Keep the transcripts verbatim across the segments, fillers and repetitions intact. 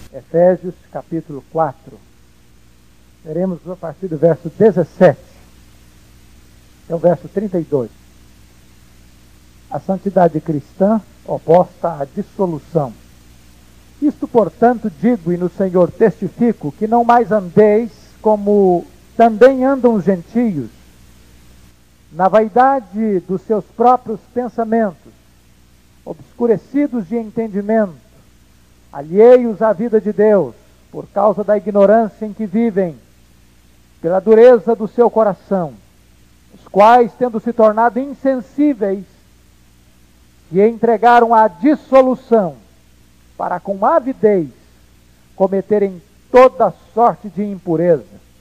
Efésios capítulo quatro. Veremos a partir do verso dezessete até o verso trinta e dois. A santidade cristã oposta à dissolução. Isto, portanto, digo e no Senhor testifico, que não mais andeis como também andam os gentios, na vaidade dos seus próprios pensamentos, obscurecidos de entendimento, alheios à vida de Deus, por causa da ignorância em que vivem, pela dureza do seu coração, os quais, tendo se tornado insensíveis, se entregaram à dissolução, para com avidez cometerem toda sorte de impureza.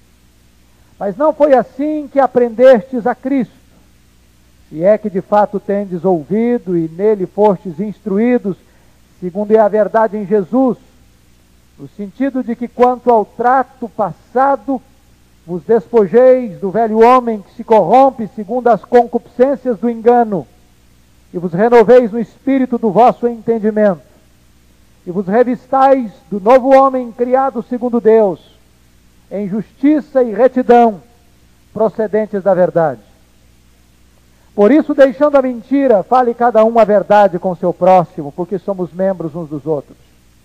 Mas não foi assim que aprendestes a Cristo, se é que de fato tendes ouvido e nele fostes instruídos, segundo é a verdade em Jesus, no sentido de que quanto ao trato passado, vos despojeis do velho homem que se corrompe segundo as concupiscências do engano, e vos renoveis no espírito do vosso entendimento, e vos revistais do novo homem criado segundo Deus, em justiça e retidão, procedentes da verdade. Por isso, deixando a mentira, fale cada um a verdade com seu próximo, porque somos membros uns dos outros.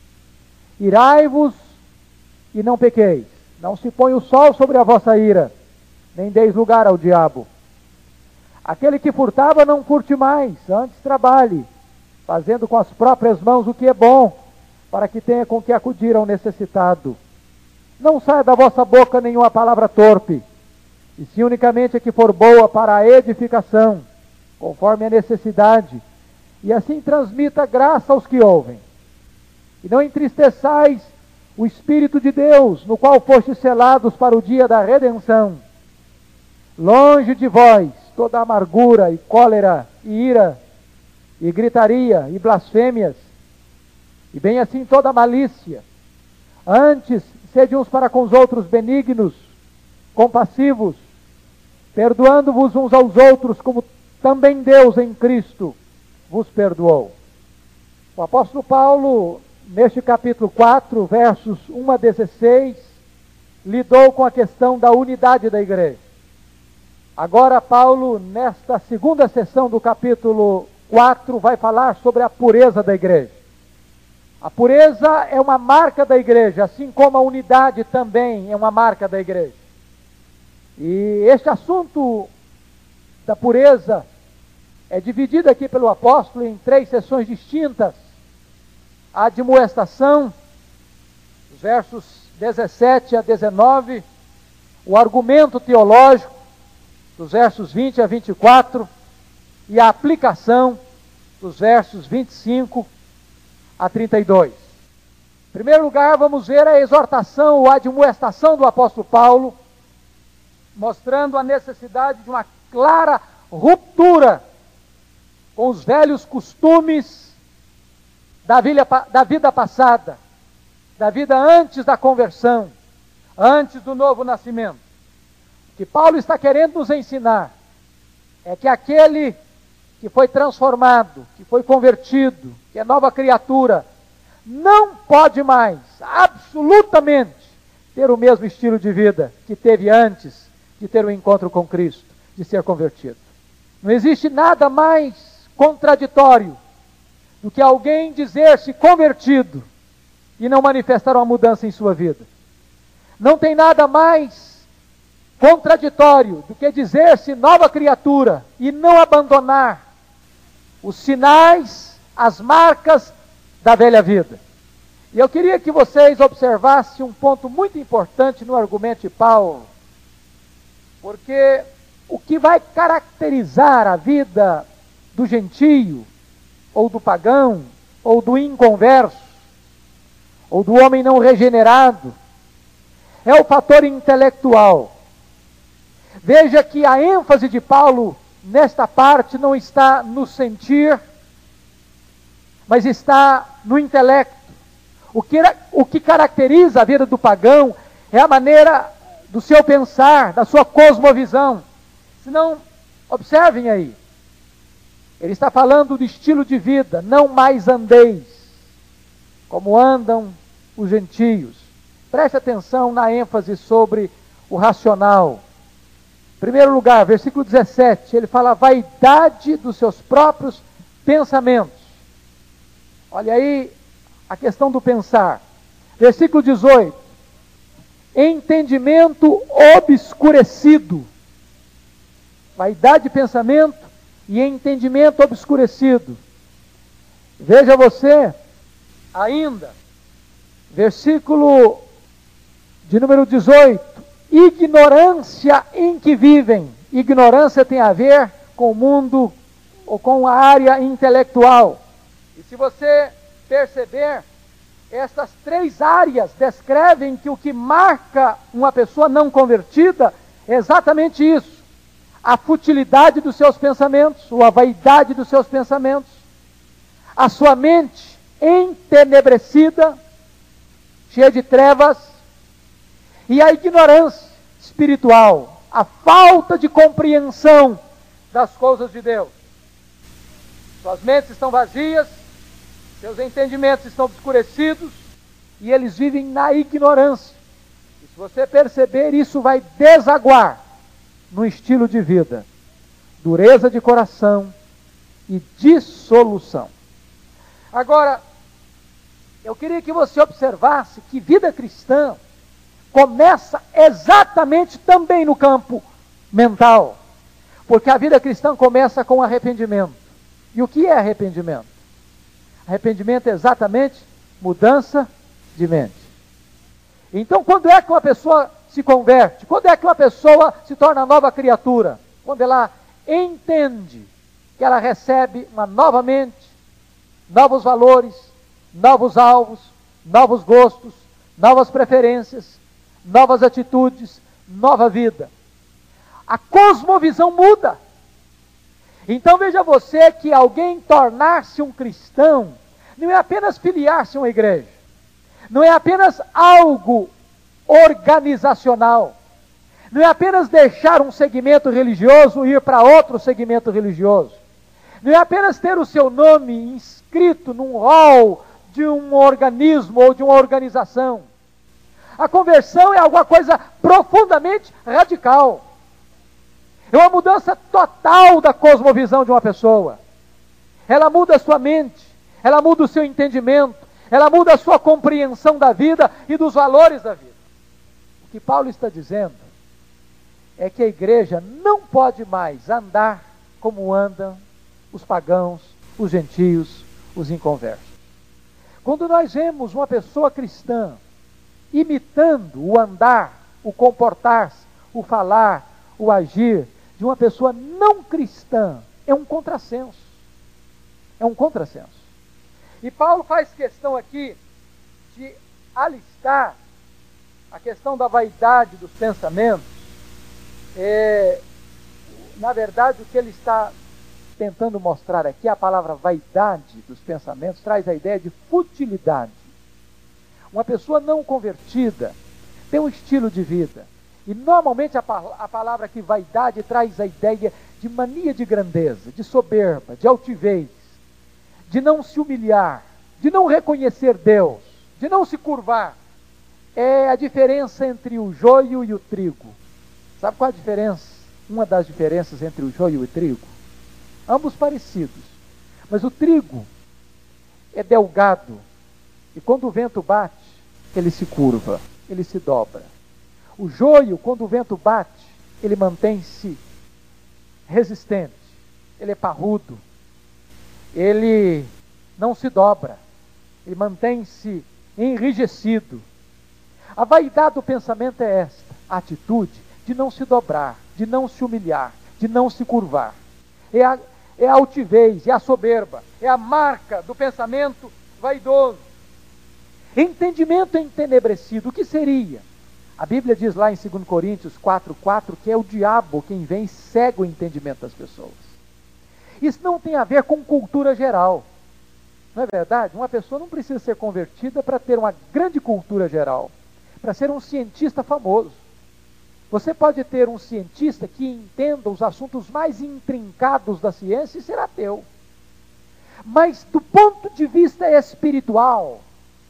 Irai-vos e não pequeis. Não se põe o sol sobre a vossa ira, nem deis lugar ao diabo. Aquele que furtava, não furte mais, antes trabalhe, fazendo com as próprias mãos o que é bom, para que tenha com que acudir ao necessitado. Não saia da vossa boca nenhuma palavra torpe, e se unicamente a que for boa para a edificação, conforme a necessidade, e assim transmita graça aos que ouvem. E não entristeçais o Espírito de Deus, no qual fostes selados para o dia da redenção. Longe de vós toda amargura e cólera e ira, e gritaria e blasfêmias, e bem assim toda malícia. Antes, sede uns para com os outros benignos, compassivos, perdoando-vos uns aos outros, como também Deus em Cristo vos perdoou. O apóstolo Paulo, neste capítulo quatro, versos um a dezesseis, lidou com a questão da unidade da igreja. Agora Paulo, nesta segunda sessão do capítulo quatro, vai falar sobre a pureza da igreja. A pureza é uma marca da igreja, assim como a unidade também é uma marca da igreja. E este assunto da pureza é dividido aqui pelo apóstolo em três sessões distintas. A admoestação, os versos dezessete a dezenove, o argumento teológico, dos versos vinte a vinte e quatro, e a aplicação, dos versos vinte e cinco a trinta e dois. Em primeiro lugar, vamos ver a exortação ou a admoestação do apóstolo Paulo, mostrando a necessidade de uma clara ruptura com os velhos costumes da vida, da vida passada, da vida antes da conversão, antes do novo nascimento. O que Paulo está querendo nos ensinar é que aquele que foi transformado, que foi convertido, que é nova criatura, não pode mais, absolutamente, ter o mesmo estilo de vida que teve antes de ter o encontro com Cristo, de ser convertido. Não existe nada mais contraditório do que alguém dizer-se convertido e não manifestar uma mudança em sua vida. Não tem nada mais contraditório do que dizer-se nova criatura e não abandonar os sinais, as marcas da velha vida. E eu queria que vocês observassem um ponto muito importante no argumento de Paulo, porque o que vai caracterizar a vida do gentio, ou do pagão, ou do inconverso, ou do homem não regenerado, é o fator intelectual. Veja que a ênfase de Paulo nesta parte não está no sentir, mas está no intelecto. O que, o que caracteriza a vida do pagão é a maneira do seu pensar, da sua cosmovisão. Senão, observem aí, ele está falando do estilo de vida. Não mais andeis como andam os gentios. Preste atenção na ênfase sobre o racional. Em primeiro lugar, versículo dezessete, ele fala a vaidade dos seus próprios pensamentos. Olha aí a questão do pensar. Versículo dezoito, entendimento obscurecido. Vaidade de pensamento e entendimento obscurecido. Veja você, ainda, versículo de número dezoito, ignorância em que vivem. Ignorância tem a ver com o mundo ou com a área intelectual. E se você perceber, essas três áreas descrevem que o que marca uma pessoa não convertida é exatamente isso: a futilidade dos seus pensamentos, ou a vaidade dos seus pensamentos, a sua mente entenebrecida, cheia de trevas, e a ignorância espiritual, a falta de compreensão das coisas de Deus. Suas mentes estão vazias, seus entendimentos estão obscurecidos, e eles vivem na ignorância. E se você perceber, isso vai desaguar no estilo de vida, dureza de coração e dissolução. Agora, eu queria que você observasse que vida cristã começa exatamente também no campo mental, porque a vida cristã começa com arrependimento. E o que é arrependimento? Arrependimento é exatamente mudança de mente. Então, quando é que uma pessoa se converte? Quando é que uma pessoa se torna nova criatura? Quando ela entende que ela recebe uma nova mente, novos valores, novos alvos, novos gostos, novas preferências, novas atitudes, nova vida. A cosmovisão muda. Então veja você que alguém tornar-se um cristão não é apenas filiar-se a uma igreja, não é apenas algo organizacional, não é apenas deixar um segmento religioso e ir para outro segmento religioso, não é apenas ter o seu nome inscrito num hall de um organismo ou de uma organização. A conversão é alguma coisa profundamente radical. É uma mudança total da cosmovisão de uma pessoa. Ela muda a sua mente, ela muda o seu entendimento, ela muda a sua compreensão da vida e dos valores da vida. O que Paulo está dizendo é que a igreja não pode mais andar como andam os pagãos, os gentios, os inconversos. Quando nós vemos uma pessoa cristã imitando o andar, o comportar-se, o falar, o agir de uma pessoa não cristã, é um contrassenso. É um contrassenso. E Paulo faz questão aqui de alistar a questão da vaidade dos pensamentos. É, na verdade, o que ele está tentando mostrar aqui, a palavra vaidade dos pensamentos, traz a ideia de futilidade. Uma pessoa não convertida tem um estilo de vida. E normalmente a, a palavra aqui, vaidade, traz a ideia de mania de grandeza, de soberba, de altivez, de não se humilhar, de não reconhecer Deus, de não se curvar. É a diferença entre o joio e o trigo. Sabe qual a diferença? Uma das diferenças entre o joio e o trigo? Ambos parecidos. Mas o trigo é delgado. E quando o vento bate, ele se curva, ele se dobra. O joio, quando o vento bate, ele mantém-se resistente. Ele é parrudo. Ele não se dobra. Ele mantém-se enrijecido. A vaidade do pensamento é esta: a atitude de não se dobrar, de não se humilhar, de não se curvar. É a, é a altivez, é a soberba, é a marca do pensamento vaidoso. Entendimento entenebrecido, o que seria? A Bíblia diz lá em dois Coríntios quatro, quatro, que é o diabo quem vem e cega o entendimento das pessoas. Isso não tem a ver com cultura geral. Não é verdade? Uma pessoa não precisa ser convertida para ter uma grande cultura geral, para ser um cientista famoso. Você pode ter um cientista que entenda os assuntos mais intrincados da ciência e ser ateu. Mas do ponto de vista espiritual,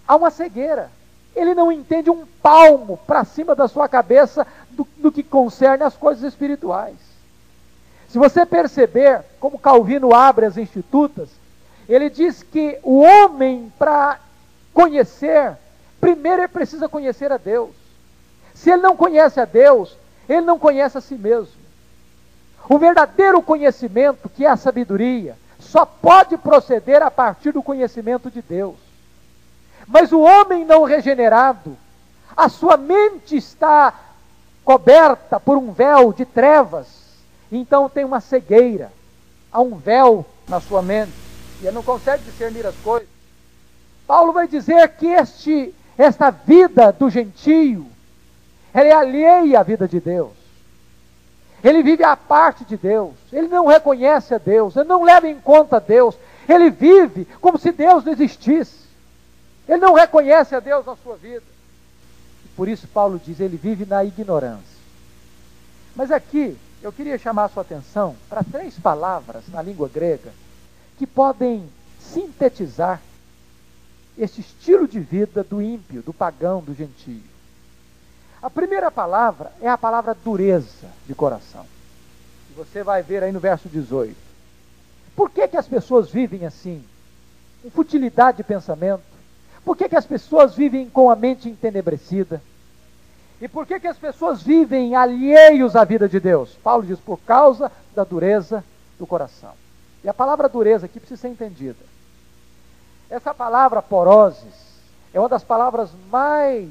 há uma cegueira. Ele não entende um palmo para cima da sua cabeça do, do que concerne as coisas espirituais. Se você perceber, como Calvino abre as Institutas, ele diz que o homem, para conhecer, primeiro ele precisa conhecer a Deus. Se ele não conhece a Deus, ele não conhece a si mesmo. O verdadeiro conhecimento, que é a sabedoria, só pode proceder a partir do conhecimento de Deus. Mas o homem não regenerado, a sua mente está coberta por um véu de trevas, então tem uma cegueira, há um véu na sua mente, e ele não consegue discernir as coisas. Paulo vai dizer que este, esta vida do gentio, ela é alheia à vida de Deus. Ele vive à parte de Deus, ele não reconhece a Deus, ele não leva em conta a Deus, ele vive como se Deus não existisse. Ele não reconhece a Deus na sua vida. Por isso Paulo diz, ele vive na ignorância. Mas aqui, eu queria chamar a sua atenção para três palavras na língua grega que podem sintetizar este estilo de vida do ímpio, do pagão, do gentio. A primeira palavra é a palavra dureza de coração. E você vai ver aí no verso dezoito. Por que que as pessoas vivem assim? Com futilidade de pensamento? Por que que as pessoas vivem com a mente entenebrecida? E por que que as pessoas vivem alheios à vida de Deus? Paulo diz, por causa da dureza do coração. E a palavra dureza aqui precisa ser entendida. Essa palavra poroses é uma das palavras mais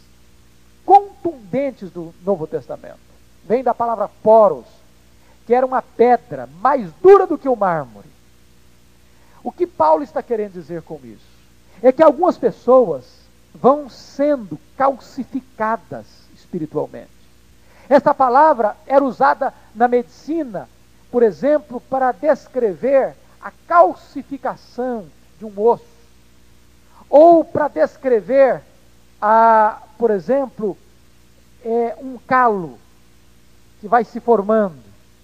contundentes do Novo Testamento. Vem da palavra poros, que era uma pedra mais dura do que o mármore. O que Paulo está querendo dizer com isso? É que algumas pessoas vão sendo calcificadas espiritualmente. Esta palavra era usada na medicina, por exemplo, para descrever a calcificação de um osso, ou para descrever, a, por exemplo, é, um calo que vai se formando.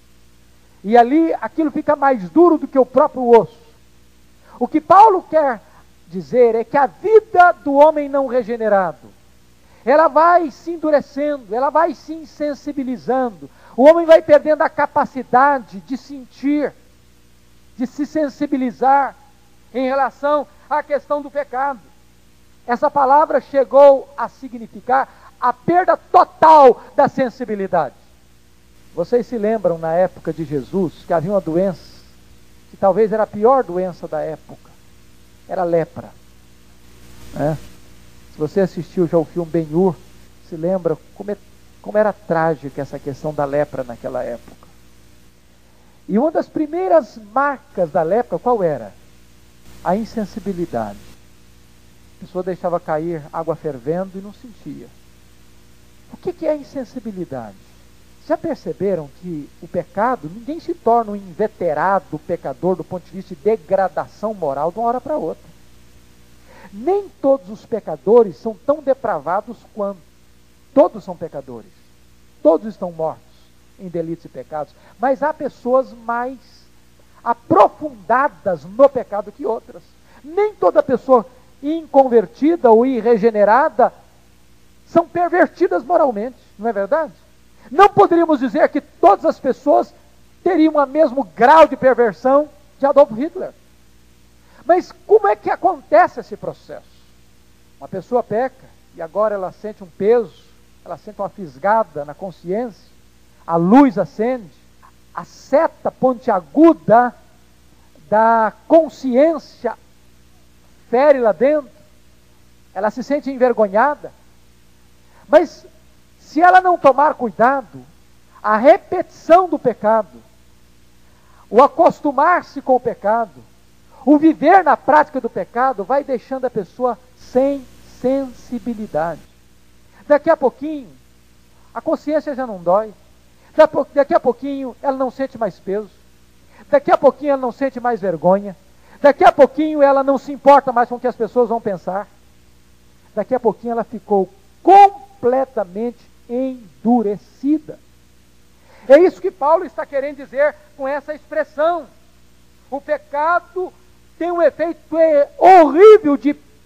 E ali aquilo fica mais duro do que o próprio osso. O que Paulo quer dizer é que a vida do homem não regenerado, ela vai se endurecendo, ela vai se insensibilizando, o homem vai perdendo a capacidade de sentir, de se sensibilizar em relação à questão do pecado. Essa palavra chegou a significar a perda total da sensibilidade. Vocês se lembram na época de Jesus que havia uma doença, que talvez era a pior doença da época, era lepra. É. Se você assistiu já o filme Ben-Hur, se lembra como, é, como era trágica essa questão da lepra naquela época. E uma das primeiras marcas da lepra, qual era? A insensibilidade. A pessoa deixava cair água fervendo e não sentia. O que, que é insensibilidade? Já perceberam que o pecado, ninguém se torna um inveterado pecador do ponto de vista de degradação moral de uma hora para outra. Nem todos os pecadores são tão depravados quanto. Todos são pecadores. Todos estão mortos em delitos e pecados. Mas há pessoas mais aprofundadas no pecado que outras. Nem toda pessoa inconvertida ou irregenerada são pervertidas moralmente. Não é verdade? Não poderíamos dizer que todas as pessoas teriam o mesmo grau de perversão de Adolf Hitler. Mas como é que acontece esse processo? Uma pessoa peca e agora ela sente um peso, ela sente uma fisgada na consciência, a luz acende, a seta pontiaguda da consciência fere lá dentro, ela se sente envergonhada. Mas se ela não tomar cuidado, a repetição do pecado, o acostumar-se com o pecado, o viver na prática do pecado vai deixando a pessoa sem sensibilidade. Daqui a pouquinho, a consciência já não dói. Daqui a pouquinho, ela não sente mais peso. Daqui a pouquinho, ela não sente mais vergonha. Daqui a pouquinho, ela não se importa mais com o que as pessoas vão pensar. Daqui a pouquinho, ela ficou completamente endurecida. É isso que Paulo está querendo dizer com essa expressão. O pecado tem um efeito horrível de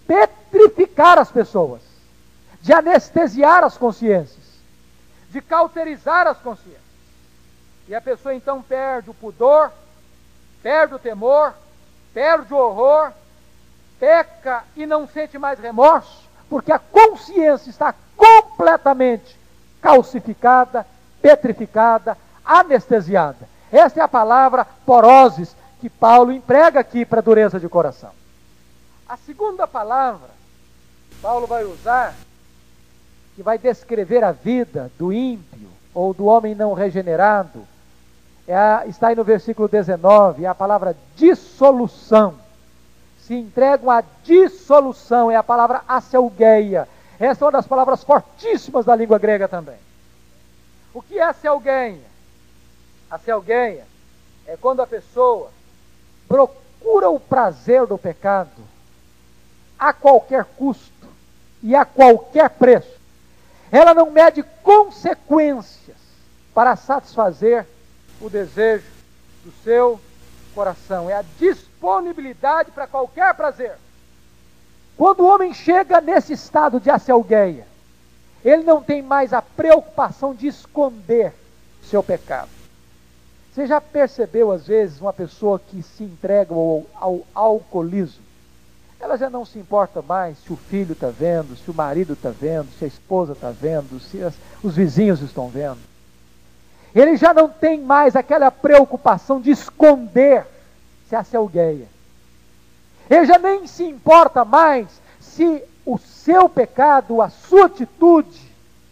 petrificar as pessoas, de anestesiar as consciências, de cauterizar as consciências. E a pessoa então perde o pudor, perde o temor, perde o horror, peca e não sente mais remorso, porque a consciência está completamente calcificada, petrificada, anestesiada. Esta é a palavra poroses que Paulo emprega aqui para a dureza de coração. A segunda palavra que Paulo vai usar, que vai descrever a vida do ímpio ou do homem não regenerado, é a, está aí no versículo dezenove, é a palavra dissolução. Se entregam à dissolução, é a palavra aselgeia. Essa é uma das palavras fortíssimas da língua grega também. O que é aselgeia? Aselgeia é quando a pessoa procura o prazer do pecado a qualquer custo e a qualquer preço. Ela não mede consequências para satisfazer o desejo do seu coração. É a disponibilidade para qualquer prazer. Quando o homem chega nesse estado de aselgeia, ele não tem mais a preocupação de esconder seu pecado. Você já percebeu, às vezes, uma pessoa que se entrega ao, ao alcoolismo? Ela já não se importa mais se o filho está vendo, se o marido está vendo, se a esposa está vendo, se as, os vizinhos estão vendo. Ele já não tem mais aquela preocupação de esconder se aselgeia. Ele já nem se importa mais se o seu pecado, a sua atitude,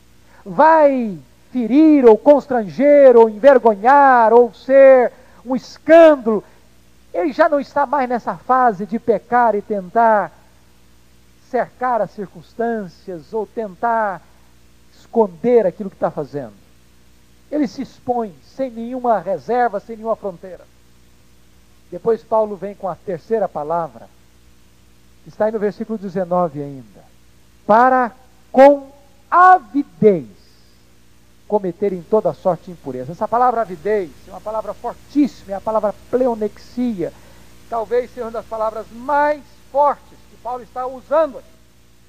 vai ferir, ou constranger, ou envergonhar, ou ser um escândalo. Ele já não está mais nessa fase de pecar e tentar cercar as circunstâncias, ou tentar esconder aquilo que está fazendo. Ele se expõe sem nenhuma reserva, sem nenhuma fronteira. Depois Paulo vem com a terceira palavra, que está aí no versículo dezenove ainda. Para com avidez cometerem toda sorte de impureza. Essa palavra avidez é uma palavra fortíssima, é a palavra pleonexia. Talvez seja uma das palavras mais fortes que Paulo está usando aqui.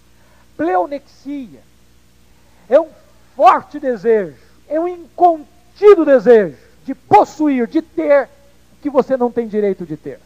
Pleonexia é um forte desejo, é um incontido desejo de possuir, de ter o que você não tem direito de ter.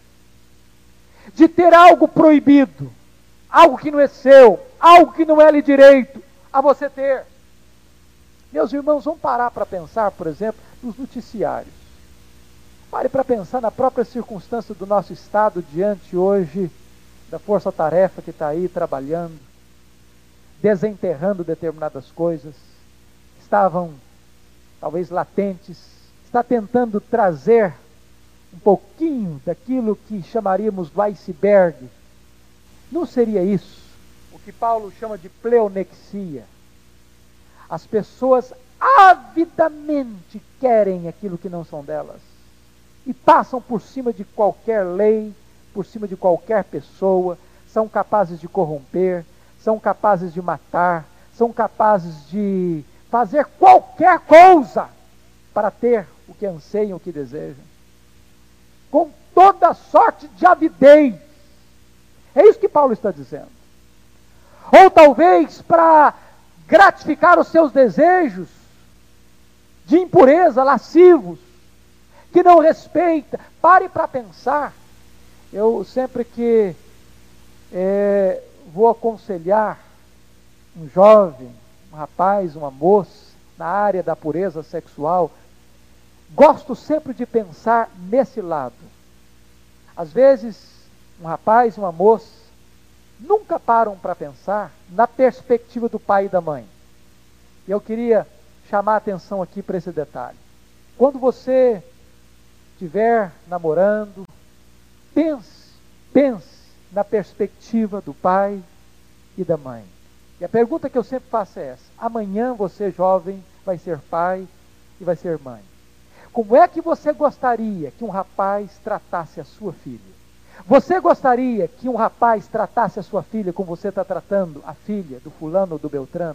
De ter algo proibido, algo que não é seu, algo que não é lhe direito a você ter. Meus irmãos, vamos parar para pensar, por exemplo, nos noticiários. Pare para pensar na própria circunstância do nosso Estado diante hoje da força-tarefa que está aí trabalhando, desenterrando determinadas coisas, estavam talvez latentes, está tentando trazer um pouquinho daquilo que chamaríamos do iceberg. Não seria isso o que Paulo chama de pleonexia? As pessoas avidamente querem aquilo que não são delas e passam por cima de qualquer lei, por cima de qualquer pessoa, são capazes de corromper, são capazes de matar, são capazes de fazer qualquer coisa para ter o que anseiam, o que desejam, com toda sorte de avidez. É isso que Paulo está dizendo. Ou talvez para gratificar os seus desejos de impureza, lascivos, que não respeita. Pare para pensar. Eu sempre que é, vou aconselhar um jovem, um rapaz, uma moça, na área da pureza sexual, gosto sempre de pensar nesse lado. Às vezes, um rapaz e uma moça nunca param para pensar na perspectiva do pai e da mãe. E eu queria chamar a atenção aqui para esse detalhe. Quando você estiver namorando, pense, pense na perspectiva do pai e da mãe. E a pergunta que eu sempre faço é essa: amanhã você, jovem, vai ser pai e vai ser mãe. Como é que você gostaria que um rapaz tratasse a sua filha? Você gostaria que um rapaz tratasse a sua filha como você está tratando a filha do fulano ou do beltrano?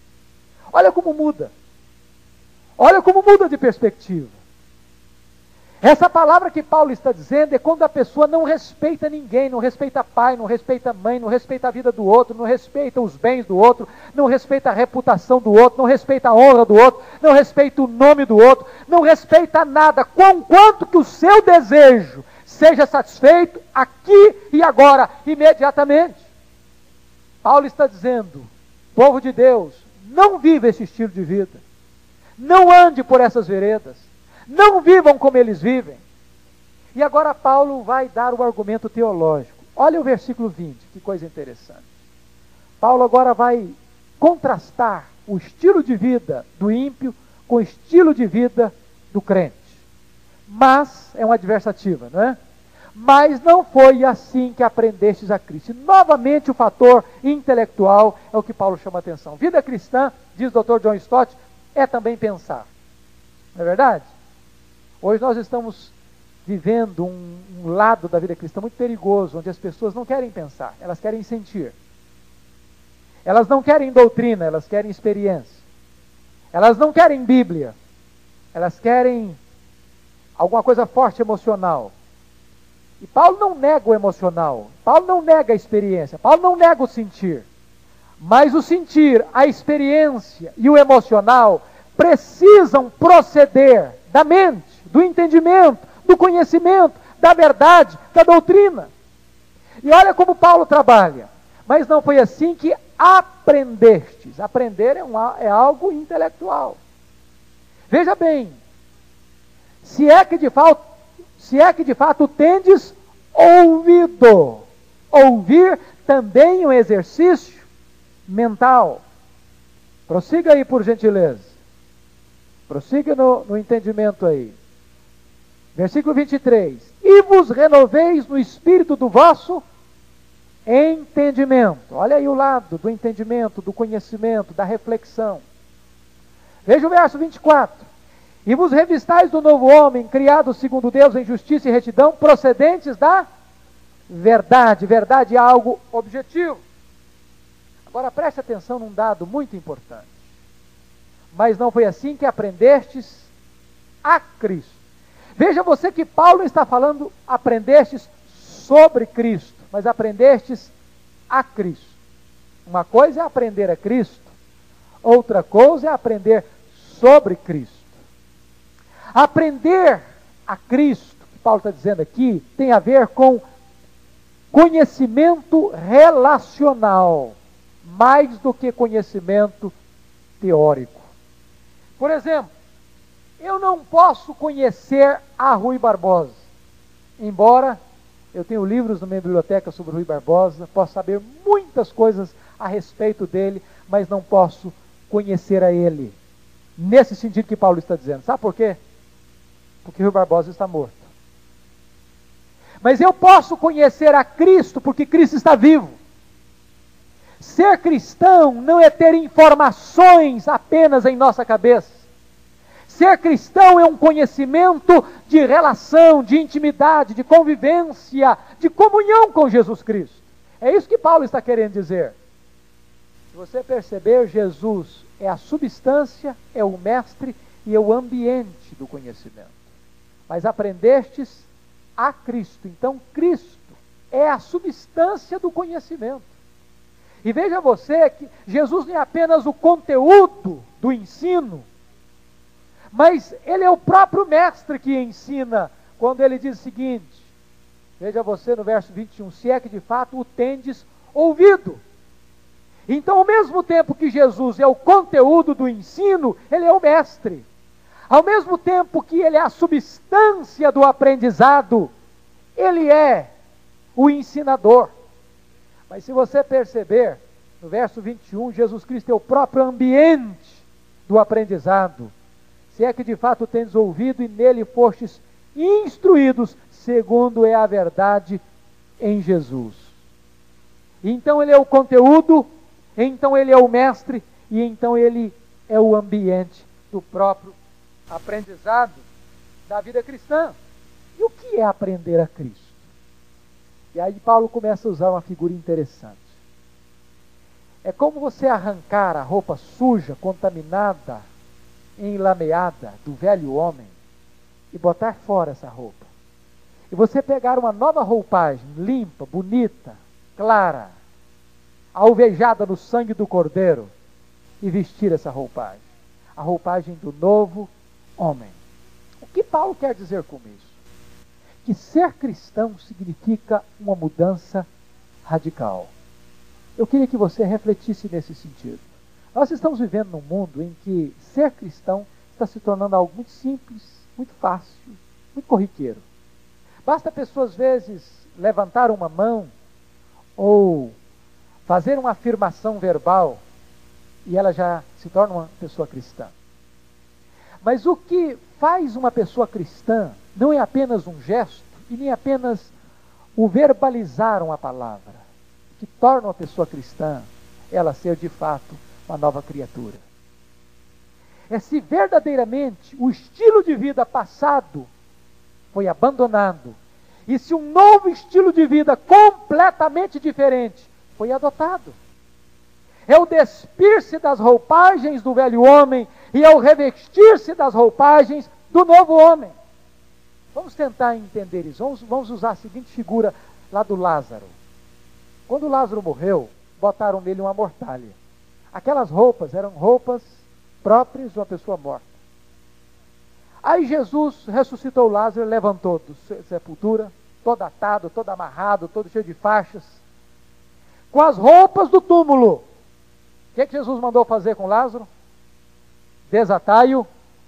Olha como muda. Olha como muda de perspectiva. Essa palavra que Paulo está dizendo é quando a pessoa não respeita ninguém, não respeita pai, não respeita mãe, não respeita a vida do outro, não respeita os bens do outro, não respeita a reputação do outro, não respeita a honra do outro, não respeita o nome do outro, não respeita nada, conquanto que o seu desejo seja satisfeito aqui e agora, imediatamente. Paulo está dizendo, povo de Deus, não viva esse estilo de vida, não ande por essas veredas, não vivam como eles vivem. E agora Paulo vai dar o argumento teológico. Olha o versículo vinte, que coisa interessante. Paulo agora vai contrastar o estilo de vida do ímpio com o estilo de vida do crente. Mas, é uma adversativa, não é? Mas não foi assim que aprendestes a Cristo. E, novamente o fator intelectual é o que Paulo chama a atenção. Vida cristã, diz o doutor John Stott, é também pensar. Não é verdade? Hoje nós estamos vivendo um, um lado da vida cristã muito perigoso, onde as pessoas não querem pensar, elas querem sentir. Elas não querem doutrina, elas querem experiência. Elas não querem Bíblia, elas querem alguma coisa forte emocional. E Paulo não nega o emocional, Paulo não nega a experiência, Paulo não nega o sentir. Mas o sentir, a experiência e o emocional precisam proceder da mente, do entendimento, do conhecimento, da verdade, da doutrina. E olha como Paulo trabalha. Mas não foi assim que aprendestes. Aprender é, um, é algo intelectual. Veja bem, se é que de fato, se é que de fato tendes ouvido. Ouvir também é um exercício mental. Prossiga aí, por gentileza. Prossiga no, no entendimento aí. Versículo vinte e três. E vos renoveis no espírito do vosso entendimento. Olha aí o lado do entendimento, do conhecimento, da reflexão. Veja o verso vinte e quatro. E vos revistais do novo homem, criado segundo Deus em justiça e retidão, procedentes da verdade. Verdade é algo objetivo. Agora preste atenção num dado muito importante. Mas não foi assim que aprendestes a Cristo. Veja você que Paulo está falando, aprendestes sobre Cristo, mas aprendestes a Cristo. Uma coisa é aprender a Cristo, outra coisa é aprender sobre Cristo. Aprender a Cristo, que Paulo está dizendo aqui, tem a ver com conhecimento relacional, mais do que conhecimento teórico. Por exemplo, eu não posso conhecer a Rui Barbosa, embora eu tenha livros na minha biblioteca sobre Rui Barbosa, posso saber muitas coisas a respeito dele, mas não posso conhecer a ele, nesse sentido que Paulo está dizendo. Sabe por quê? Porque Rui Barbosa está morto. Mas eu posso conhecer a Cristo, porque Cristo está vivo. Ser cristão não é ter informações apenas em nossa cabeça. Ser cristão é um conhecimento de relação, de intimidade, de convivência, de comunhão com Jesus Cristo. É isso que Paulo está querendo dizer. Se você perceber, Jesus é a substância, é o mestre e é o ambiente do conhecimento. Mas aprendestes a Cristo. Então, Cristo é a substância do conhecimento. E veja você que Jesus não é apenas o conteúdo do ensino, mas ele é o próprio mestre que ensina, quando ele diz o seguinte, veja você no verso vinte e um, se é que de fato o tendes ouvido. Então, ao mesmo tempo que Jesus é o conteúdo do ensino, ele é o mestre. Ao mesmo tempo que ele é a substância do aprendizado, ele é o ensinador. Mas se você perceber, no verso vinte e um, Jesus Cristo é o próprio ambiente do aprendizado. Se é que de fato tendes ouvido e nele fostes instruídos, segundo é a verdade em Jesus. Então ele é o conteúdo, então ele é o mestre, e então ele é o ambiente do próprio aprendizado da vida cristã. E o que é aprender a Cristo? E aí Paulo começa a usar uma figura interessante. É como você arrancar a roupa suja, contaminada, enlameada do velho homem, e botar fora essa roupa. E você pegar uma nova roupagem, limpa, bonita, clara, alvejada no sangue do Cordeiro, e vestir essa roupagem. A roupagem do novo homem. O que Paulo quer dizer com isso? Que ser cristão significa uma mudança radical. Eu queria que você refletisse nesse sentido. Nós estamos vivendo num mundo em que ser cristão está se tornando algo muito simples, muito fácil, muito corriqueiro. Basta a pessoa, às vezes, levantar uma mão ou fazer uma afirmação verbal e ela já se torna uma pessoa cristã. Mas o que faz uma pessoa cristã não é apenas um gesto e nem apenas o verbalizar uma palavra. O que torna uma pessoa cristã ela ser de fato uma nova criatura. É se verdadeiramente o estilo de vida passado foi abandonado e se um novo estilo de vida completamente diferente foi adotado. É o despir-se das roupagens do velho homem e é o revestir-se das roupagens do novo homem. Vamos tentar entender isso. Vamos, vamos usar a seguinte figura lá do Lázaro. Quando Lázaro morreu, botaram nele uma mortalha. Aquelas roupas eram roupas próprias de uma pessoa morta. Aí Jesus ressuscitou Lázaro e levantou da sepultura, todo atado, todo amarrado, todo cheio de faixas, com as roupas do túmulo. O que, que Jesus mandou fazer com Lázaro? Desatai-o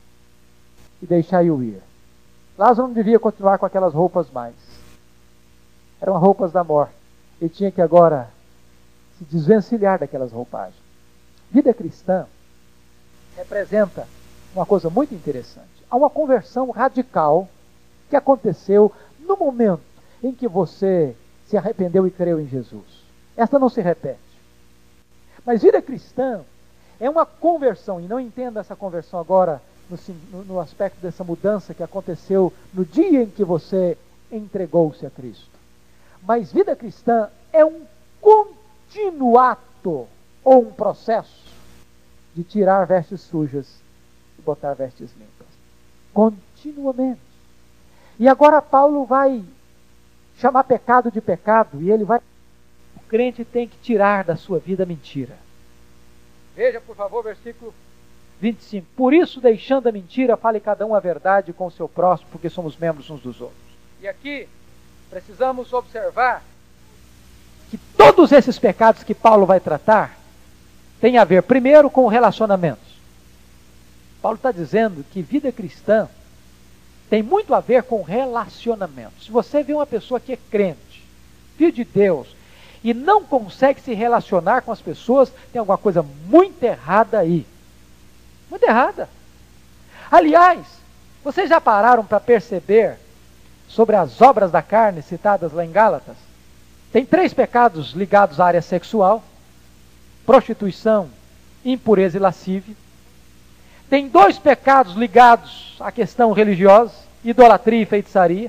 e deixai-o ir. Lázaro não devia continuar com aquelas roupas mais. Eram roupas da morte. Ele tinha que agora se desvencilhar daquelas roupagens. Vida cristã representa uma coisa muito interessante. Há uma conversão radical que aconteceu no momento em que você se arrependeu e creu em Jesus. Esta não se repete. Mas vida cristã é uma conversão, e não entenda essa conversão agora no, no aspecto dessa mudança que aconteceu no dia em que você entregou-se a Cristo. Mas vida cristã é um contínuo ato ou um processo de tirar vestes sujas e botar vestes limpas. Continuamente. E agora Paulo vai chamar pecado de pecado e ele vai... O crente tem que tirar da sua vida mentira. Veja, por favor, versículo vinte e cinco. Por isso, deixando a mentira, fale cada um a verdade com o seu próximo, porque somos membros uns dos outros. E aqui, precisamos observar que todos esses pecados que Paulo vai tratar têm a ver, primeiro, com relacionamentos. Paulo está dizendo que vida cristã tem muito a ver com relacionamentos. Se você vê uma pessoa que é crente, filho de Deus, e não consegue se relacionar com as pessoas, tem alguma coisa muito errada aí. Muito errada. Aliás, vocês já pararam para perceber sobre as obras da carne citadas lá em Gálatas? Tem três pecados ligados à área sexual: prostituição, impureza e lascívia. Tem dois pecados ligados à questão religiosa: idolatria e feitiçaria.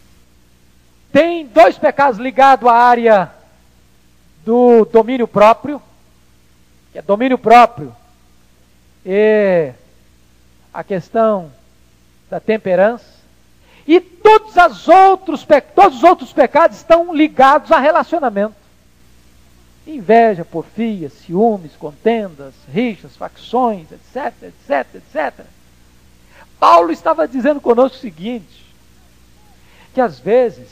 Tem dois pecados ligados à área do domínio próprio, que é domínio próprio, e a questão da temperança. E todos, as outros, todos os outros pecados estão ligados a relacionamento. Inveja, porfia, ciúmes, contendas, rixas, facções, etc, etc, etcétera. Paulo estava dizendo conosco o seguinte, que às vezes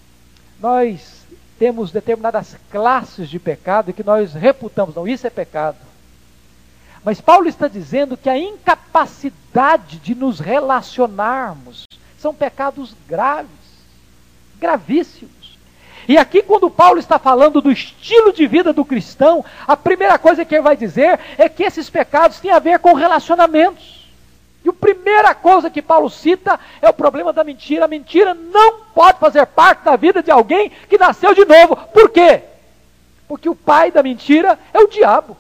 nós temos determinadas classes de pecado que nós reputamos, não, isso é pecado. Mas Paulo está dizendo que a incapacidade de nos relacionarmos são pecados graves, gravíssimos. E aqui, quando Paulo está falando do estilo de vida do cristão, a primeira coisa que ele vai dizer é que esses pecados têm a ver com relacionamentos. E a primeira coisa que Paulo cita é o problema da mentira. A mentira não pode fazer parte da vida de alguém que nasceu de novo. Por quê? Porque o pai da mentira é o diabo.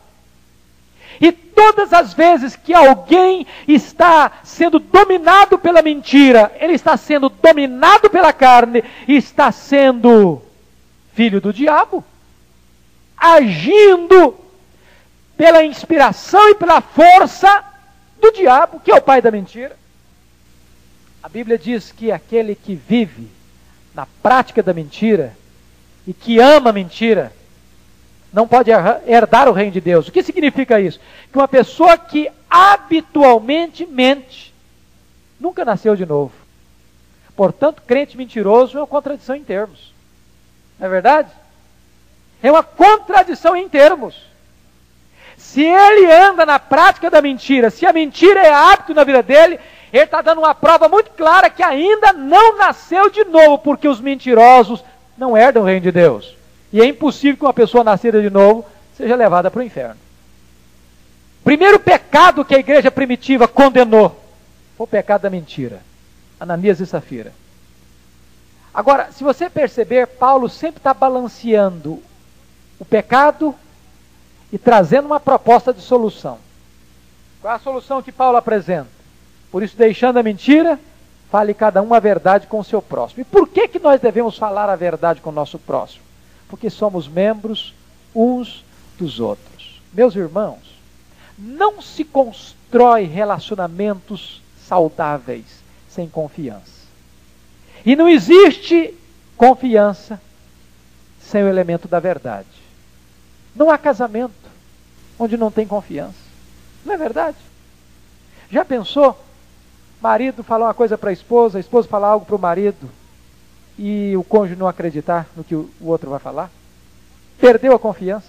E todas as vezes que alguém está sendo dominado pela mentira, ele está sendo dominado pela carne e está sendo filho do diabo, agindo pela inspiração e pela força do diabo, que é o pai da mentira. A Bíblia diz que aquele que vive na prática da mentira e que ama a mentira não pode herdar o reino de Deus. O que significa isso? Que uma pessoa que habitualmente mente nunca nasceu de novo. Portanto, crente mentiroso é uma contradição em termos. Não é verdade? É uma contradição em termos. Se ele anda na prática da mentira, se a mentira é hábito na vida dele, ele está dando uma prova muito clara que ainda não nasceu de novo, porque os mentirosos não herdam o reino de Deus. E é impossível que uma pessoa nascida de novo seja levada para o inferno. Primeiro pecado que a igreja primitiva condenou foi o pecado da mentira. Ananias e Safira. Agora, se você perceber, Paulo sempre está balanceando o pecado e trazendo uma proposta de solução. Qual é a solução que Paulo apresenta? Por isso, deixando a mentira, fale cada um a verdade com o seu próximo. E por que que nós devemos falar a verdade com o nosso próximo? Porque somos membros uns dos outros. Meus irmãos, não se constrói relacionamentos saudáveis sem confiança. E não existe confiança sem o elemento da verdade. Não há casamento onde não tem confiança. Não é verdade? Já pensou? Marido falar uma coisa para a esposa, a esposa falar algo para o marido e o cônjuge não acreditar no que o outro vai falar? Perdeu a confiança.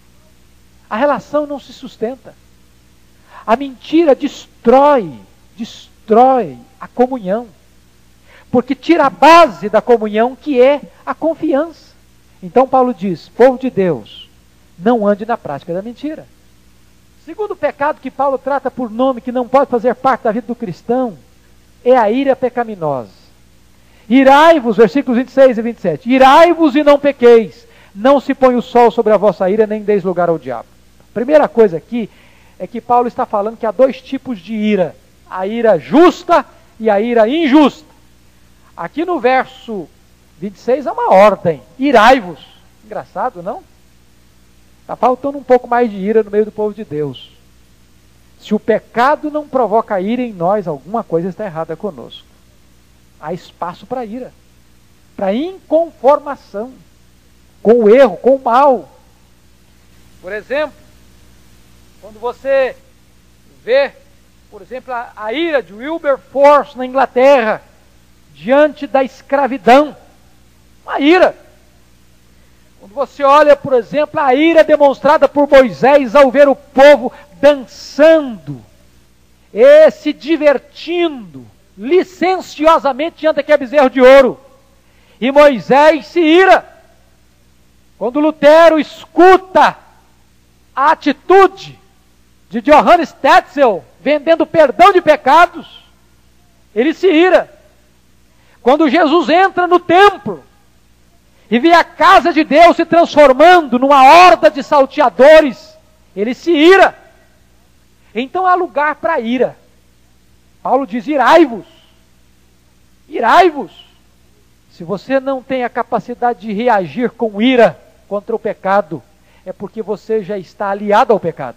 A relação não se sustenta. A mentira destrói, destrói a comunhão. Porque tira a base da comunhão, que é a confiança. Então Paulo diz, povo de Deus, não ande na prática da mentira. Segundo pecado que Paulo trata por nome, que não pode fazer parte da vida do cristão, é a ira pecaminosa. Irai-vos, versículos vinte e seis e vinte e sete, irai-vos e não pequeis, não se põe o sol sobre a vossa ira, nem deis lugar ao diabo. Primeira coisa aqui, é que Paulo está falando que há dois tipos de ira, a ira justa e a ira injusta. Aqui no verso vinte e seis há uma ordem, irai-vos. Engraçado, não? Está faltando um pouco mais de ira no meio do povo de Deus. Se o pecado não provoca ira em nós, alguma coisa está errada conosco. Há espaço para ira, para inconformação com o erro, com o mal. Por exemplo, quando você vê, por exemplo, a, a ira de Wilberforce na Inglaterra, diante da escravidão, uma ira. Quando você olha, por exemplo, a ira demonstrada por Moisés ao ver o povo dançando e se divertindo licenciosamente diante daquele bezerro de ouro, e Moisés se ira. Quando Lutero escuta a atitude de Johannes Tetzel vendendo perdão de pecados, ele se ira. Quando Jesus entra no templo e vê a casa de Deus se transformando numa horda de salteadores, ele se ira. Então há lugar para ira. Paulo diz, irai-vos. Irai-vos. Se você não tem a capacidade de reagir com ira contra o pecado, é porque você já está aliado ao pecado.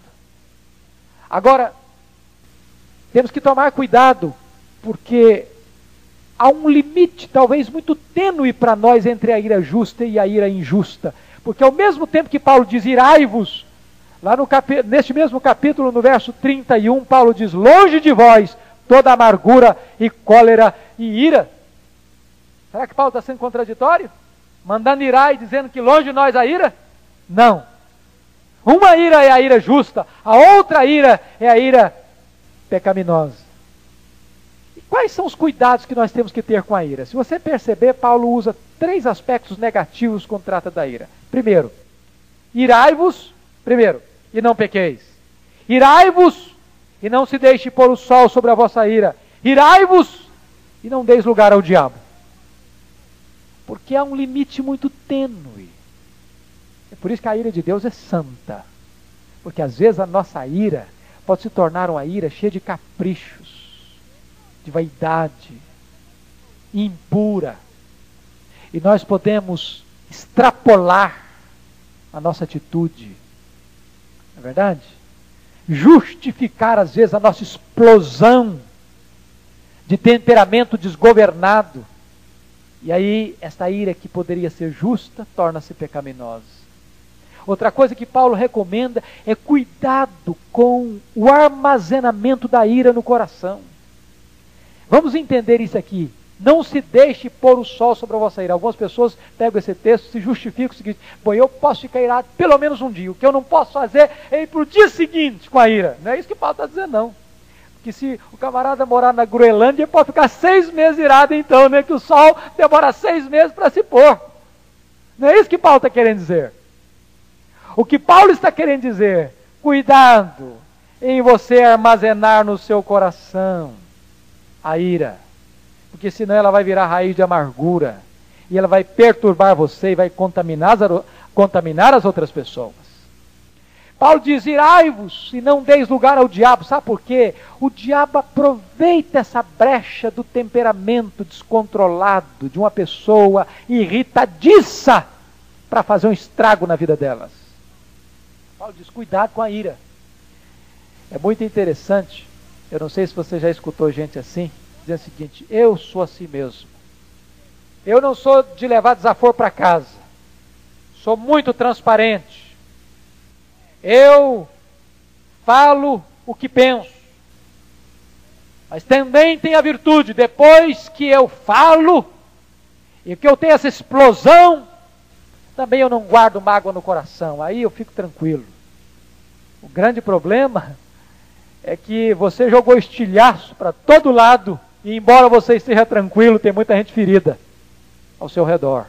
Agora, temos que tomar cuidado, porque há um limite, talvez muito tênue para nós, entre a ira justa e a ira injusta. Porque ao mesmo tempo que Paulo diz, irai-vos, lá no capi... neste mesmo capítulo, no verso trinta e um, Paulo diz, longe de vós toda amargura e cólera e ira. Será que Paulo está sendo contraditório? Mandando irar e dizendo que longe de nós a ira? Não. Uma ira é a ira justa, a outra ira é a ira pecaminosa. Quais são os cuidados que nós temos que ter com a ira? Se você perceber, Paulo usa três aspectos negativos quando trata da ira. Primeiro, irai-vos, primeiro, e não pequeis. Irai-vos, e não se deixe pôr o sol sobre a vossa ira. Irai-vos, e não deis lugar ao diabo. Porque há um limite muito tênue. É por isso que a ira de Deus é santa. Porque às vezes a nossa ira pode se tornar uma ira cheia de caprichos, de vaidade, impura. E nós podemos extrapolar a nossa atitude. Não é verdade? Justificar às vezes a nossa explosão de temperamento desgovernado. E aí, esta ira que poderia ser justa, torna-se pecaminosa. Outra coisa que Paulo recomenda é cuidado com o armazenamento da ira no coração. Vamos entender isso aqui. Não se deixe pôr o sol sobre a vossa ira. Algumas pessoas pegam esse texto e se justificam o seguinte: bom, eu posso ficar irado pelo menos um dia. O que eu não posso fazer é ir para o dia seguinte com a ira. Não é isso que Paulo está dizendo, não. Que se o camarada morar na Groenlândia, pode ficar seis meses irado então, né? Que o sol demora seis meses para se pôr. Não é isso que Paulo está querendo dizer. O que Paulo está querendo dizer: cuidado em você armazenar no seu coração a ira. Porque senão ela vai virar raiz de amargura. E ela vai perturbar você e vai contaminar as, contaminar as outras pessoas. Paulo diz: irai-vos e não deis lugar ao diabo. Sabe por quê? O diabo aproveita essa brecha do temperamento descontrolado de uma pessoa irritadiça para fazer um estrago na vida delas. Paulo diz: cuidado com a ira. É muito interessante. Eu não sei se você já escutou gente assim, dizendo o seguinte: eu sou assim mesmo. Eu não sou de levar desaforo para casa. Sou muito transparente. Eu falo o que penso, mas também tem a virtude, depois que eu falo, e que eu tenho essa explosão, também eu não guardo mágoa no coração, aí eu fico tranquilo. O grande problema é que você jogou estilhaço para todo lado, e embora você esteja tranquilo, tem muita gente ferida ao seu redor.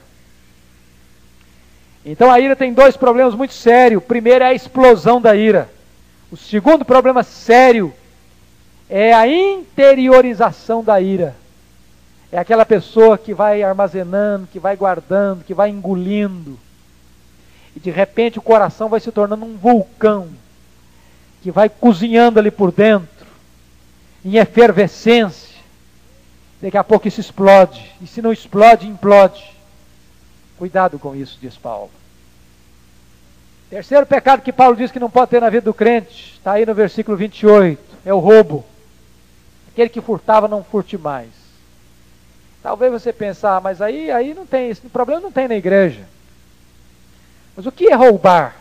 Então a ira tem dois problemas muito sérios. O primeiro é a explosão da ira. O segundo problema sério é a interiorização da ira. É aquela pessoa que vai armazenando, que vai guardando, que vai engolindo. E de repente o coração vai se tornando um vulcão, que vai cozinhando ali por dentro, em efervescência. Daqui a pouco isso explode. E se não explode, implode. Cuidado com isso, diz Paulo. Terceiro pecado que Paulo diz que não pode ter na vida do crente, está aí no versículo vinte e oito, é o roubo. Aquele que furtava, não furte mais. Talvez você pense: ah, mas aí, aí não tem, esse problema não tem na igreja. Mas o que é roubar?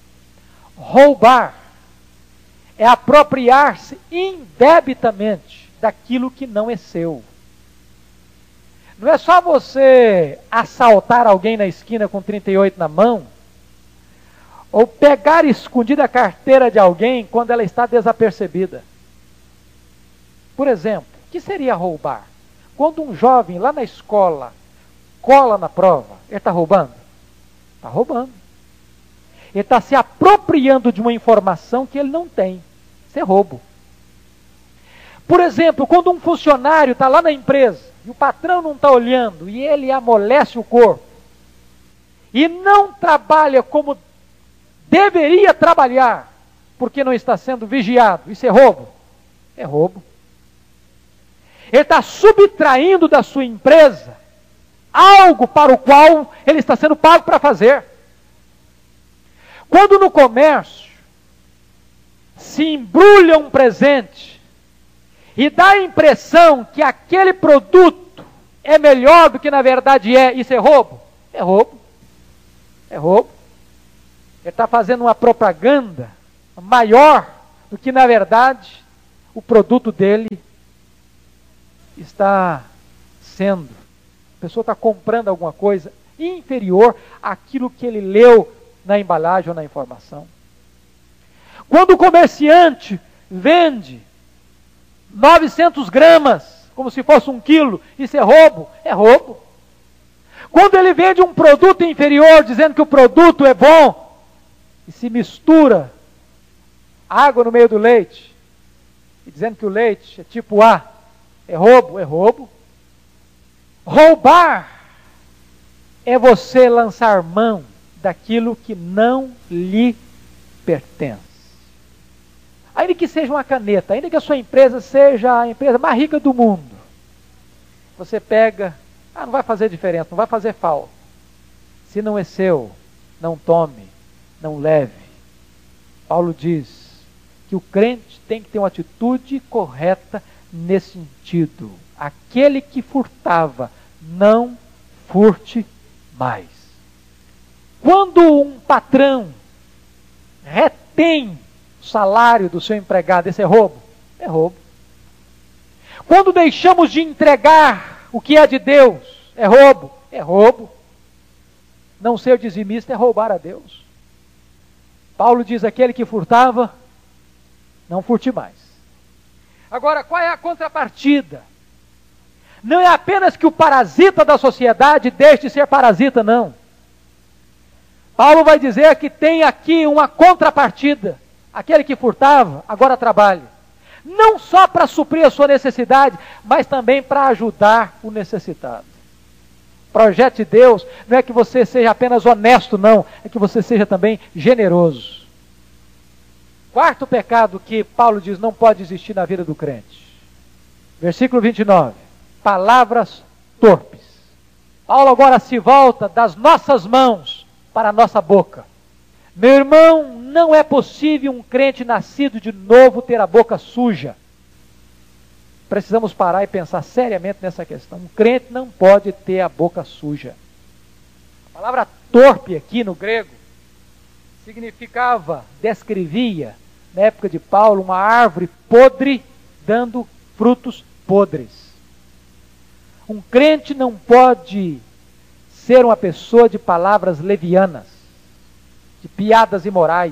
Roubar é apropriar-se indebitamente daquilo que não é seu. Não é só você assaltar alguém na esquina com trinta e oito na mão, ou pegar escondida a carteira de alguém quando ela está desapercebida. Por exemplo, o que seria roubar? Quando um jovem lá na escola cola na prova, ele está roubando? Está roubando. Ele está se apropriando de uma informação que ele não tem. Isso é roubo. Por exemplo, quando um funcionário está lá na empresa, e o patrão não está olhando, e ele amolece o corpo, e não trabalha como deveria trabalhar, porque não está sendo vigiado, isso é roubo? É roubo. Ele está subtraindo da sua empresa algo para o qual ele está sendo pago para fazer. Quando no comércio se embrulha um presente e dá a impressão que aquele produto é melhor do que na verdade é, isso é roubo? É roubo. É roubo. Ele está fazendo uma propaganda maior do que na verdade o produto dele está sendo. A pessoa está comprando alguma coisa inferior àquilo que ele leu na embalagem ou na informação. Quando o comerciante vende novecentos gramas, como se fosse um quilo, isso é roubo? É roubo. Quando ele vende um produto inferior, dizendo que o produto é bom, e se mistura água no meio do leite, e dizendo que o leite é tipo A, é roubo? É roubo. Roubar é você lançar mão daquilo que não lhe pertence. Ainda que seja uma caneta, ainda que a sua empresa seja a empresa mais rica do mundo, você pega, ah, não vai fazer diferença, não vai fazer falta. Se não é seu, não tome, não leve. Paulo diz que o crente tem que ter uma atitude correta nesse sentido: aquele que furtava, não furte mais. Quando um patrão retém o salário do seu empregado, esse é roubo? É roubo. Quando deixamos de entregar o que é de Deus, é roubo? É roubo. Não ser dizimista é roubar a Deus. Paulo diz: aquele que furtava, não furte mais. Agora, qual é a contrapartida? Não é apenas que o parasita da sociedade deixe de ser parasita, não. Paulo vai dizer que tem aqui uma contrapartida. Aquele que furtava, agora trabalha. Não só para suprir a sua necessidade, mas também para ajudar o necessitado. O projeto de Deus não é que você seja apenas honesto, não. É que você seja também generoso. Quarto pecado que Paulo diz não pode existir na vida do crente. Versículo vinte e nove. Palavras torpes. Paulo agora se volta das nossas mãos para a nossa boca. Meu irmão, não é possível um crente nascido de novo ter a boca suja. Precisamos parar e pensar seriamente nessa questão. Um crente não pode ter a boca suja. A palavra torpe aqui no grego significava, descrevia, na época de Paulo, uma árvore podre dando frutos podres. Um crente não pode ser uma pessoa de palavras levianas, de piadas imorais.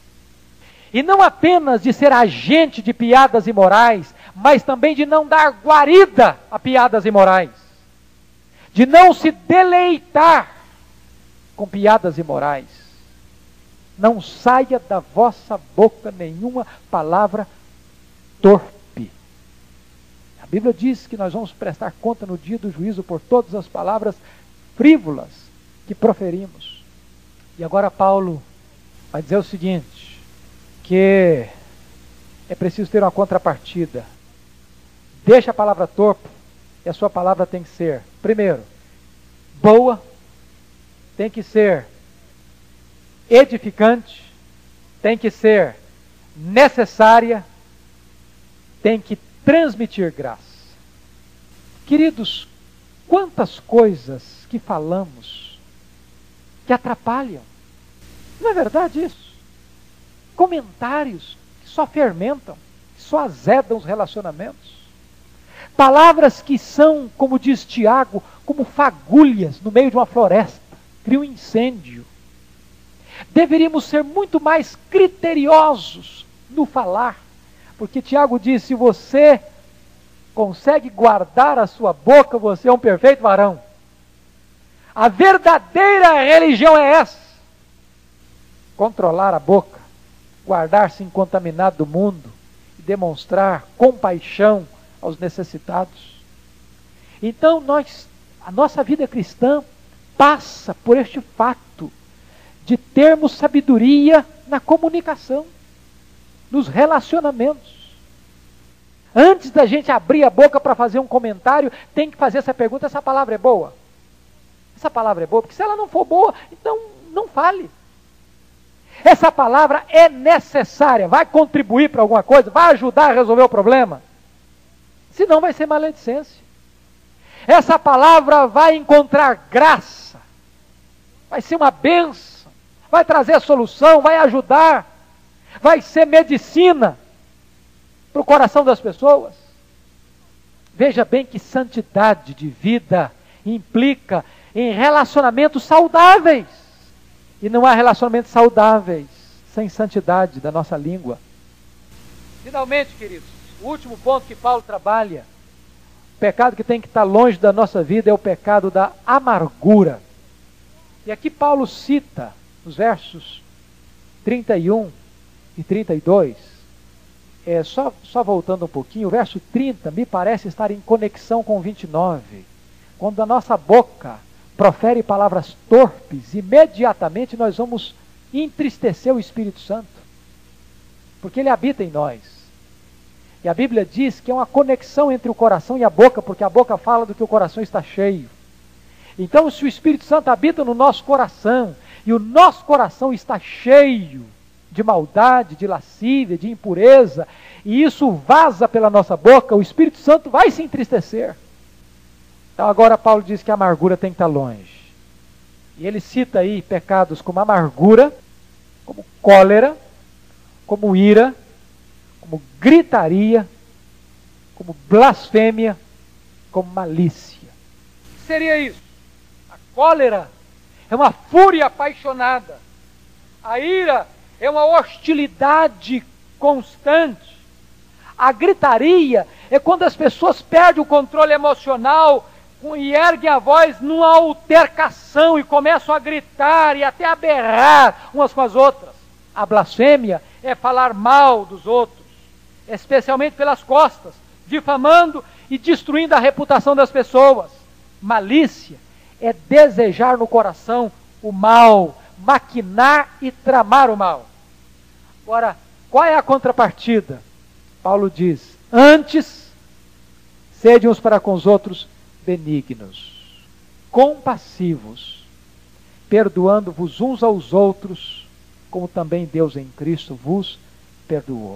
E não apenas de ser agente de piadas imorais, mas também de não dar guarida a piadas imorais. De não se deleitar com piadas imorais. Não saia da vossa boca nenhuma palavra torpe. A Bíblia diz que nós vamos prestar conta no dia do juízo por todas as palavras frívolas que proferimos. E agora Paulo vai dizer o seguinte, que é preciso ter uma contrapartida. Deixa a palavra torpe e a sua palavra tem que ser, primeiro, boa, tem que ser edificante, tem que ser necessária, tem que transmitir graça. Queridos, quantas coisas que falamos que atrapalham. Não é verdade isso? Comentários que só fermentam, que só azedam os relacionamentos. Palavras que são, como diz Tiago, como fagulhas no meio de uma floresta, criam um incêndio. Deveríamos ser muito mais criteriosos no falar, porque Tiago diz, se você consegue guardar a sua boca, você é um perfeito varão. A verdadeira religião é essa: controlar a boca, guardar-se incontaminado do mundo e demonstrar compaixão aos necessitados. Então nós, a nossa vida cristã passa por este fato de termos sabedoria na comunicação, nos relacionamentos. Antes da gente abrir a boca para fazer um comentário, tem que fazer essa pergunta: essa palavra é boa? Essa palavra é boa? Porque se ela não for boa, então não fale. Essa palavra é necessária, vai contribuir para alguma coisa, vai ajudar a resolver o problema? Senão vai ser maledicência. Essa palavra vai encontrar graça, vai ser uma bênção, vai trazer solução, vai ajudar, vai ser medicina para o coração das pessoas. Veja bem que santidade de vida implica em relacionamentos saudáveis. E não há relacionamentos saudáveis sem santidade da nossa língua. Finalmente, queridos, o último ponto que Paulo trabalha, o pecado que tem que estar longe da nossa vida, é o pecado da amargura. E aqui Paulo cita, nos versos trinta e um e trinta e dois, é, só, só voltando um pouquinho, o verso trinta me parece estar em conexão com o vinte e nove. Quando a nossa boca profere palavras torpes, imediatamente nós vamos entristecer o Espírito Santo, porque ele habita em nós. E a Bíblia diz que é uma conexão entre o coração e a boca, porque a boca fala do que o coração está cheio. Então, se o Espírito Santo habita no nosso coração, e o nosso coração está cheio de maldade, de lascívia, de impureza, e isso vaza pela nossa boca, o Espírito Santo vai se entristecer. Então agora Paulo diz que a amargura tem que estar longe. E ele cita aí pecados como amargura, como cólera, como ira, como gritaria, como blasfêmia, como malícia. O que seria isso? A cólera é uma fúria apaixonada. A ira é uma hostilidade constante. A gritaria é quando as pessoas perdem o controle emocional e erguem a voz numa altercação e começam a gritar e até a berrar umas com as outras. A blasfêmia é falar mal dos outros, especialmente pelas costas, difamando e destruindo a reputação das pessoas. Malícia é desejar no coração o mal, maquinar e tramar o mal. Agora, qual é a contrapartida? Paulo diz: antes, sede uns para com os outros benignos, compassivos, perdoando-vos uns aos outros, como também Deus em Cristo vos perdoou.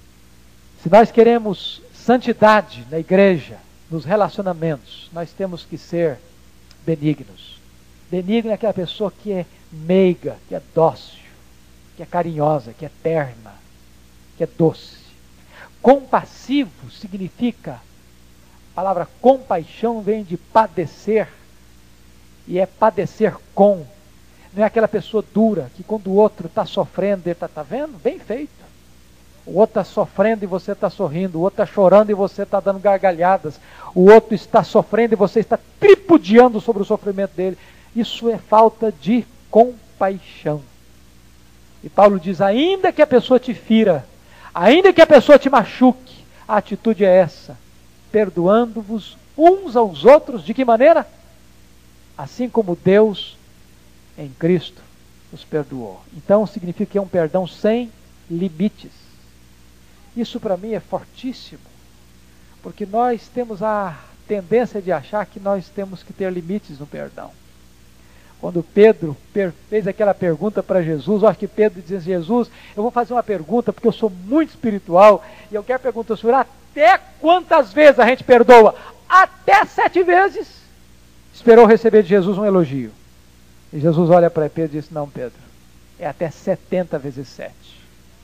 Se nós queremos santidade na igreja, nos relacionamentos, nós temos que ser benignos. Benigno é aquela pessoa que é meiga, que é dócil, que é carinhosa, que é terna, que é doce. Compassivo significa, a palavra compaixão vem de padecer, e é padecer com. Não é aquela pessoa dura, que quando o outro está sofrendo, ele está, tá vendo? Bem feito. O outro está sofrendo e você está sorrindo, o outro está chorando e você está dando gargalhadas, o outro está sofrendo e você está tripudiando sobre o sofrimento dele. Isso é falta de compaixão. E Paulo diz: ainda que a pessoa te fira, ainda que a pessoa te machuque, a atitude é essa: perdoando-vos uns aos outros. De que maneira? Assim como Deus em Cristo os perdoou. Então significa que é um perdão sem limites. Isso para mim é fortíssimo, porque nós temos a tendência de achar que nós temos que ter limites no perdão. Quando Pedro fez aquela pergunta para Jesus, eu acho que Pedro dizia: Jesus, eu vou fazer uma pergunta porque eu sou muito espiritual e eu quero perguntar ao Senhor, até quantas vezes a gente perdoa? Até sete vezes. Esperou receber de Jesus um elogio. E Jesus olha para Pedro e diz: não, Pedro, é até setenta vezes sete.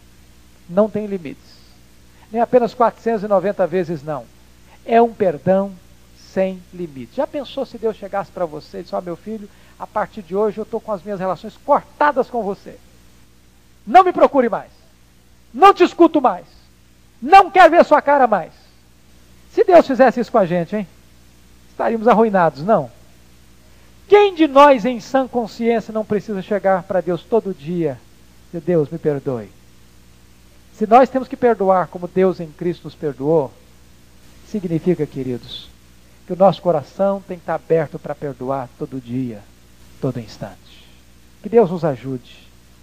Não tem limites. Nem apenas quatrocentas e noventa vezes, não. É um perdão sem limites. Já pensou se Deus chegasse para você e disse: ó, meu filho, a partir de hoje eu estou com as minhas relações cortadas com você. Não me procure mais. Não te escuto mais. Não quero ver sua cara mais. Se Deus fizesse isso com a gente, hein? Estaríamos arruinados, não? Quem de nós em sã consciência não precisa chegar para Deus todo dia e dizer: Deus, me perdoe? Se nós temos que perdoar como Deus em Cristo nos perdoou, significa, queridos, que o nosso coração tem que estar aberto para perdoar todo dia, todo instante. Que Deus nos ajude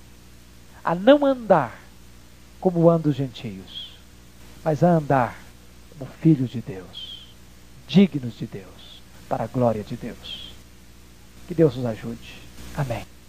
a não andar como andam os gentios, mas a andar como filhos de Deus, dignos de Deus, para a glória de Deus. Que Deus nos ajude. Amém.